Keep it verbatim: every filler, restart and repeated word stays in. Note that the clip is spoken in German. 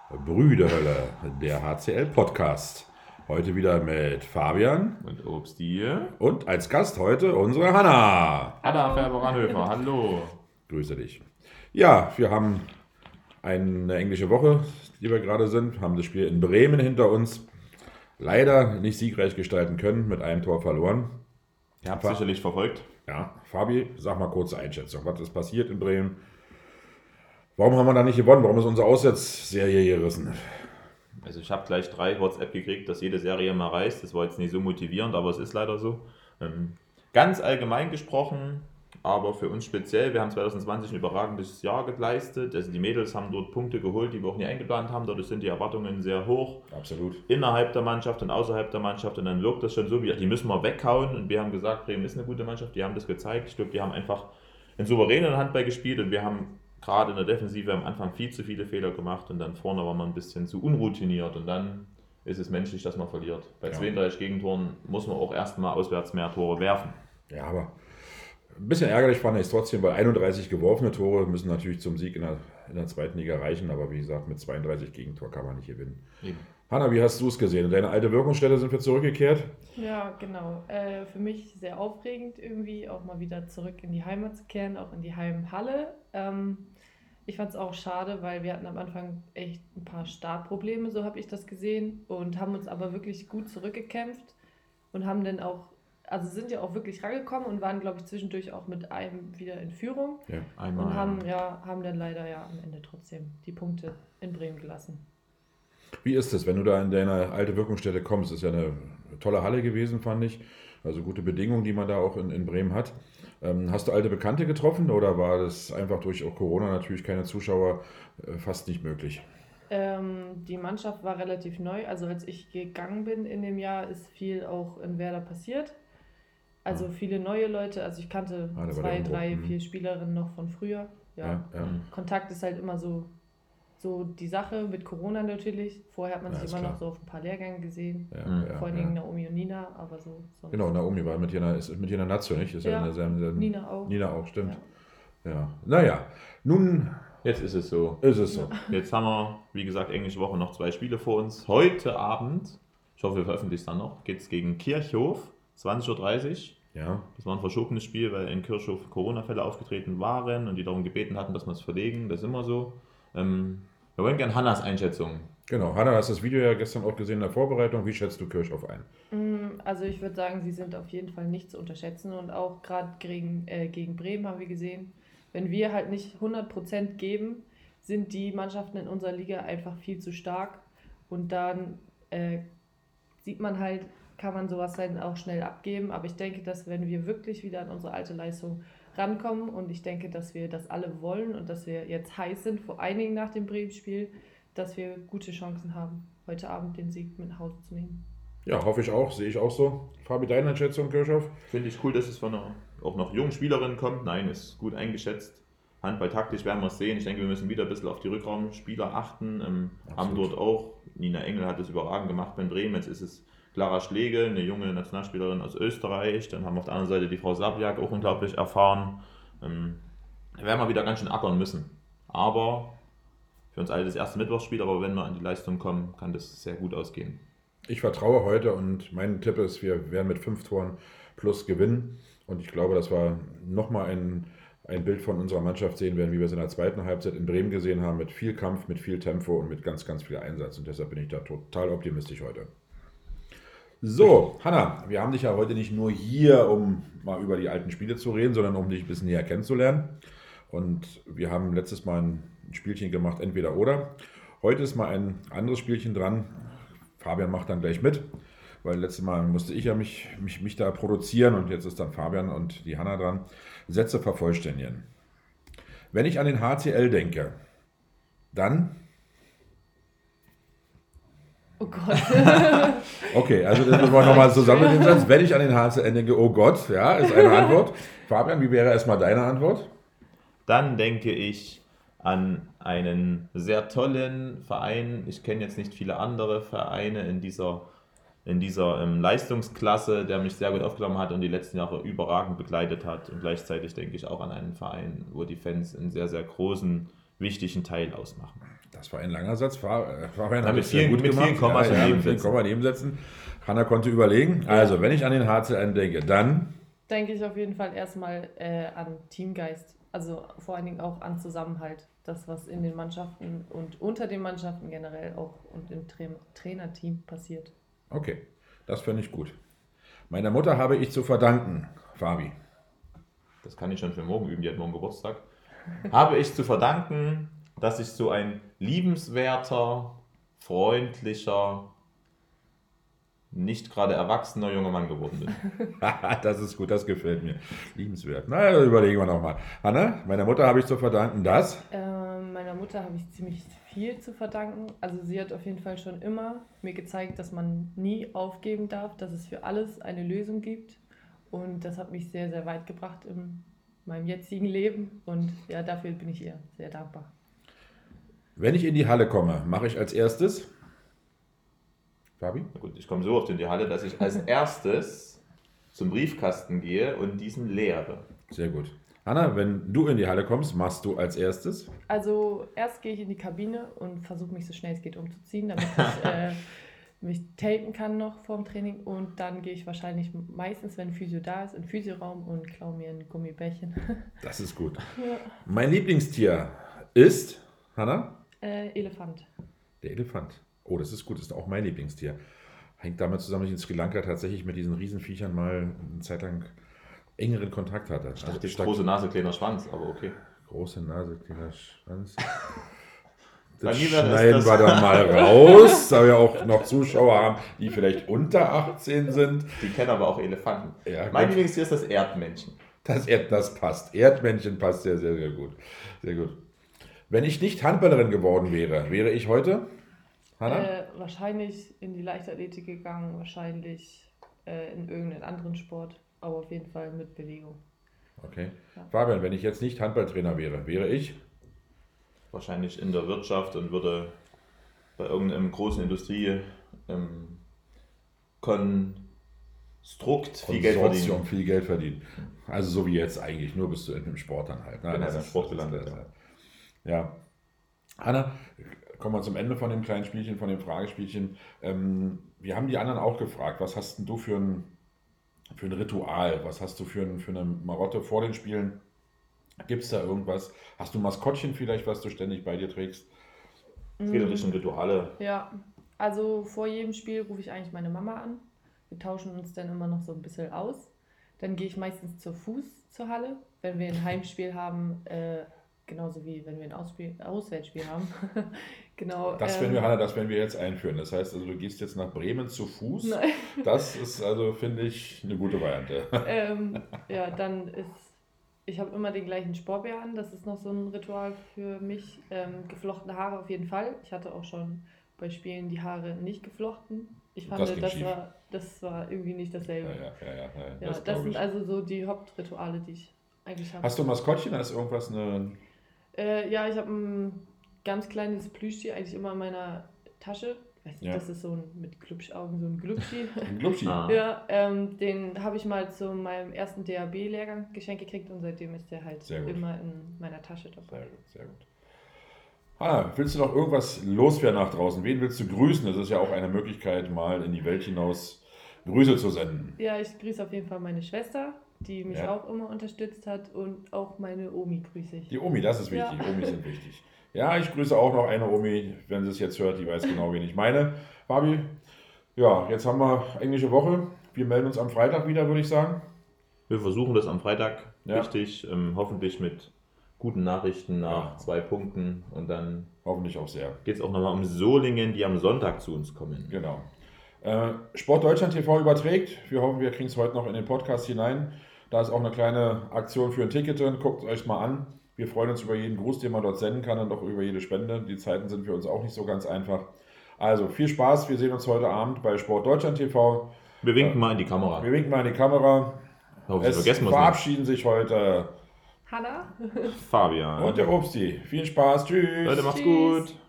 Brüderhölle, der H C L-Podcast. Heute wieder mit Fabian und Obsti. Und als Gast heute unsere Hanna. Hanna Färber-Ranhöfer, hallo. Grüße dich. Ja, wir haben eine englische Woche, die wir gerade sind. Haben das Spiel in Bremen hinter uns. Leider nicht siegreich gestalten können, mit einem Tor verloren. Ihr habt es sicherlich verfolgt. Ja, Fabi, sag mal kurze Einschätzung. Was ist passiert in Bremen? Warum haben wir da nicht gewonnen? Warum ist unsere Auswärtsserie gerissen? Also ich habe gleich drei WhatsApp gekriegt, dass jede Serie mal reißt. Das war jetzt nicht so motivierend, aber es ist leider so. Ähm, ganz allgemein gesprochen, aber für uns speziell, wir haben zwanzig zwanzig ein überragendes Jahr geleistet. Also die Mädels haben dort Punkte geholt, die wir auch nie eingeplant haben. Dadurch sind die Erwartungen sehr hoch. Absolut. Innerhalb der Mannschaft und außerhalb der Mannschaft. Und dann wirkt das schon so, wie die müssen wir weghauen. Und wir haben gesagt, Bremen ist eine gute Mannschaft. Die haben das gezeigt. Ich glaube, die haben einfach einen souveränen Handball gespielt und wir haben gerade in der Defensive am Anfang viel zu viele Fehler gemacht und dann vorne war man ein bisschen zu unroutiniert und dann ist es menschlich, dass man verliert. Bei ja. zweiunddreißig Gegentoren muss man auch erstmal auswärts mehr Tore werfen. Ja, aber ein bisschen ärgerlich fand ich es trotzdem, weil einunddreißig geworfene Tore müssen natürlich zum Sieg in der, in der zweiten Liga reichen, aber wie gesagt, mit zweiunddreißig Gegentor kann man nicht gewinnen. Eben. Hanna, wie hast du es gesehen? In deine alte Wirkungsstätte sind wir zurückgekehrt? Ja, genau. Äh, für mich sehr aufregend irgendwie, auch mal wieder zurück in die Heimat zu kehren, auch in die Heimhalle. Ähm, ich fand es auch schade, weil wir hatten am Anfang echt ein paar Startprobleme, so habe ich das gesehen, und haben uns aber wirklich gut zurückgekämpft und haben dann auch, also sind ja auch wirklich rangekommen und waren, glaube ich, zwischendurch auch mit einem wieder in Führung. Ja, einmal. Und haben, ja, haben dann leider ja am Ende trotzdem die Punkte in Bremen gelassen. Wie ist es, wenn du da in deine alte Wirkungsstätte kommst? Das ist ja eine tolle Halle gewesen, fand ich. Also gute Bedingungen, die man da auch in, in Bremen hat. Ähm, hast du alte Bekannte getroffen oder war das einfach durch auch Corona natürlich keine Zuschauer äh, fast nicht möglich? Ähm, die Mannschaft war relativ neu. Also als ich gegangen bin in dem Jahr, ist viel auch in Werder passiert. Also ah. viele neue Leute. Also ich kannte ah, zwei, drei, vier Spielerinnen noch von früher. Ja. Ja, ja. Kontakt ist halt immer so So die Sache mit Corona natürlich. Vorher hat man ja, sich immer klar. noch so auf ein paar Lehrgänge gesehen. Ja, mhm. Vor allem ja, ja. Naomi und Nina, aber so. Sonst genau, Naomi war mit ihrer, ist mit ihrer Nazio, nicht? Ist ja, ja in derselben, derselben, Nina auch. Nina auch, stimmt. Ja. ja. Naja, nun. Jetzt ist es so. Ist es so. Jetzt haben wir, wie gesagt, englische Woche noch zwei Spiele vor uns. Heute Abend, ich hoffe, wir veröffentlichen es dann noch, geht es gegen Kirchhof, zwanzig Uhr dreißig. Ja. Das war ein verschobenes Spiel, weil in Kirchhof Corona-Fälle aufgetreten waren und die darum gebeten hatten, dass wir es verlegen. Das ist immer so. Ähm, Wir wollen gerne Hannas Einschätzung. Genau, Hanna, hast das Video ja gestern auch gesehen in der Vorbereitung. Wie schätzt du Kirchhof ein? Also ich würde sagen, sie sind auf jeden Fall nicht zu unterschätzen und auch gerade gegen, äh, gegen Bremen haben wir gesehen, wenn wir halt nicht hundert Prozent geben, sind die Mannschaften in unserer Liga einfach viel zu stark und dann äh, sieht man halt, kann man sowas dann auch schnell abgeben, aber ich denke, dass wenn wir wirklich wieder an unsere alte Leistung rankommen und ich denke, dass wir das alle wollen und dass wir jetzt heiß sind, vor allen Dingen nach dem Bremen-Spiel, dass wir gute Chancen haben, heute Abend den Sieg mit nach Hause zu nehmen. Ja, hoffe ich auch, sehe ich auch so. Fabi, deine Einschätzung, Kirchhoff? Finde ich cool, dass es von einer auch noch jungen Spielerin kommt. Nein, ist gut eingeschätzt. Handball taktisch werden wir es sehen. Ich denke, wir müssen wieder ein bisschen auf die Rückraumspieler achten. Ähm, haben dort auch, Nina Engel hat es überragend gemacht bei Bremen. Jetzt ist es Clara Schlegel, eine junge Nationalspielerin aus Österreich. Dann haben wir auf der anderen Seite die Frau Sabiak, auch unglaublich erfahren. Ähm, da werden wir wieder ganz schön ackern müssen. Aber für uns alle das erste Mittwochsspiel, aber wenn wir an die Leistung kommen, kann das sehr gut ausgehen. Ich vertraue heute und mein Tipp ist, wir werden mit fünf Toren plus gewinnen. Und ich glaube, dass wir nochmal ein, ein Bild von unserer Mannschaft sehen werden, wie wir es in der zweiten Halbzeit in Bremen gesehen haben, mit viel Kampf, mit viel Tempo und mit ganz, ganz viel Einsatz. Und deshalb bin ich da total optimistisch heute. So, Hanna, wir haben dich ja heute nicht nur hier, um mal über die alten Spiele zu reden, sondern um dich ein bisschen näher kennenzulernen. Und wir haben letztes Mal ein Spielchen gemacht, entweder oder. Heute ist mal ein anderes Spielchen dran. Fabian macht dann gleich mit, weil letztes Mal musste ich ja mich, mich, mich da produzieren und jetzt ist dann Fabian und die Hanna dran. Sätze vervollständigen. Wenn ich an den H C L denke, dann... Oh Gott. Okay, also das müssen wir nochmal zusammen mit dem Satz. Wenn ich an den H C L denke, oh Gott, ja, ist eine Antwort. Fabian, wie wäre erstmal deine Antwort? Dann denke ich an einen sehr tollen Verein. Ich kenne jetzt nicht viele andere Vereine in dieser, in dieser ähm, Leistungsklasse, der mich sehr gut aufgenommen hat und die letzten Jahre überragend begleitet hat. Und gleichzeitig denke ich auch an einen Verein, wo die Fans einen sehr, sehr großen, wichtigen Teil ausmachen. Das war ein langer Satz. Fabian Ja, hat mit es sehr vielen- gut mit gemacht. vielen Kommas und ja, mit vielen Nebensätzen. Komma Nebensätzen. Hanna konnte überlegen. Also, wenn ich an den H C N denke, dann Denke ich auf jeden Fall erstmal äh, an Teamgeist. Also vor allen Dingen auch an Zusammenhalt. Das, was in den Mannschaften und unter den Mannschaften generell auch und im Tra Trainerteam passiert. okay, das finde ich gut. Meiner Mutter habe ich zu verdanken, Fabi. Das kann ich schon für morgen üben, die hat morgen Geburtstag. Habe ich zu verdanken, dass ich so ein liebenswerter, freundlicher, nicht gerade erwachsener junger Mann geworden bin. Das ist gut, das gefällt mir. Liebenswert. Na, das überlegen wir nochmal. Hanna, meiner Mutter habe ich zu verdanken, dass. Ähm, meiner Mutter habe ich ziemlich viel zu verdanken. Also sie hat auf jeden Fall schon immer mir gezeigt, dass man nie aufgeben darf, dass es für alles eine Lösung gibt. Und das hat mich sehr, sehr weit gebracht in meinem jetzigen Leben. Und ja, dafür bin ich ihr sehr dankbar. Wenn ich in die Halle komme, mache ich als erstes. Fabi? Na gut, ich komme so oft in die Halle, dass ich als erstes zum Briefkasten gehe und diesen leere. Sehr gut. Hanna, wenn du in die Halle kommst, machst du als erstes. Also erst gehe ich in die Kabine und versuche mich so schnell es geht umzuziehen, damit ich äh, mich tapen kann noch vorm Training. Und dann gehe ich wahrscheinlich meistens, wenn Physio da ist, in den Physioraum und klaue mir ein Gummibärchen. Das ist gut. Ja. Mein Lieblingstier ist, Hanna? Äh, Elefant. Der Elefant. Oh, das ist gut, das ist auch mein Lieblingstier. Hängt damit zusammen, dass ich in Sri Lanka tatsächlich mit diesen Riesenviechern mal eine Zeit lang engeren Kontakt hatte. Also Also die stark- große Nase, kleiner Schwanz, aber okay. große Nase, kleiner Schwanz. Bei Das mir wäre es schneiden das- wir dann mal raus, da wir auch noch Zuschauer haben, die vielleicht unter achtzehn sind. Die kennen aber auch Elefanten. Ja, Mein gut. Lieblingstier ist das Erdmännchen. Das, Erd, das passt. Erdmännchen passt sehr, sehr, sehr gut. Sehr gut. Wenn ich nicht Handballerin geworden wäre, wäre ich heute? Hanna? Äh, wahrscheinlich in die Leichtathletik gegangen, wahrscheinlich äh, in irgendeinen anderen Sport, aber auf jeden Fall mit Bewegung. Okay. Ja. Fabian, wenn ich jetzt nicht Handballtrainer wäre, wäre ich? Wahrscheinlich in der Wirtschaft und würde bei irgendeinem großen Industrie ähm, Konstrukt viel Geld Konsortium, verdienen. viel Geld verdienen. Also so wie jetzt eigentlich, nur bist du im Sport dann halt. Ne? Bin halt Das im ist- Sport das ist gelandet, das ja. halt. Ja. Hanna, kommen wir zum Ende von dem kleinen Spielchen, von dem Fragespielchen. Ähm, wir haben die anderen auch gefragt, was hast denn du für ein, für ein Ritual? Was hast du für, ein, für eine Marotte vor den Spielen? Gibt es da irgendwas? Hast du ein Maskottchen vielleicht, was du ständig bei dir trägst? Es geht um Richtung Rituale. Ja, also vor jedem Spiel rufe ich eigentlich meine Mama an. Wir tauschen uns dann immer noch so ein bisschen aus. Dann gehe ich meistens zu Fuß zur Halle, wenn wir ein Heimspiel haben, äh, genauso wie wenn wir ein Ausspiel, Auswärtsspiel haben. Genau. Das ähm, werden wir, Hanna, das werden wir jetzt einführen. Das heißt also, du gehst jetzt nach Bremen zu Fuß. Nein. Das ist also, finde ich, eine gute Variante. ähm, ja, dann ist, ich habe immer den gleichen Sportbär an, das ist noch so ein Ritual für mich. Ähm, geflochtene Haare auf jeden Fall. Ich hatte auch schon bei Spielen die Haare nicht geflochten. Ich fand, Das das, ging schief. war, das war irgendwie nicht dasselbe. Ja, ja, ja, ja, ja, Ja, das das, glaub sind ich. also so die Hauptrituale, die ich eigentlich habe. Hast du ein Maskottchen? Hast du irgendwas? Eine, Äh, ja, ich habe ein ganz kleines Plüschtier eigentlich immer in meiner Tasche. Ich weiß nicht, Ja. das ist so ein mit Glubschaugen, so ein Glubschi. ein Glubschi? Ah. Ja, ähm, den habe ich mal zu meinem ersten D A B-Lehrgang geschenkt gekriegt und seitdem ist der halt Sehr gut. immer in meiner Tasche dabei. Sehr gut, sehr gut. Hanna, willst du noch irgendwas loswerden nach draußen? Wen willst du grüßen? Das ist ja auch eine Möglichkeit, mal in die Welt hinaus Grüße zu senden. Ja, ich grüße auf jeden Fall meine Schwester, die mich Ja. auch immer unterstützt hat, und auch meine Omi grüße ich. Die Omi, das ist wichtig. Ja. Omis sind wichtig. Ja, ich grüße auch noch eine Omi, wenn sie es jetzt hört, die weiß genau, wen ich meine. Fabi, ja, jetzt haben wir englische Woche. Wir melden uns am Freitag wieder, würde ich sagen. Wir versuchen das am Freitag Ja. richtig, ähm, hoffentlich mit guten Nachrichten nach Ja. zwei Punkten. Und dann Hoffentlich auch sehr. geht es auch nochmal um Solingen, die am Sonntag zu uns kommen. Genau. Äh, Sport Deutschland T V überträgt. Wir hoffen, wir kriegen es heute noch in den Podcast hinein. Da ist auch eine kleine Aktion für ein Ticket drin. Guckt es euch mal an. Wir freuen uns über jeden Gruß, den man dort senden kann, und auch über jede Spende. Die Zeiten sind für uns auch nicht so ganz einfach. Also viel Spaß. Wir sehen uns heute Abend bei Sport Deutschland T V. Wir winken mal in die Kamera. Wir winken mal in die Kamera. Ich hoffe, Sie Es vergessen wir es verabschieden sich heute Hanna? nicht. Fabian. und der Obsti. Viel Spaß. Tschüss. Leute, macht's Tschüss. gut.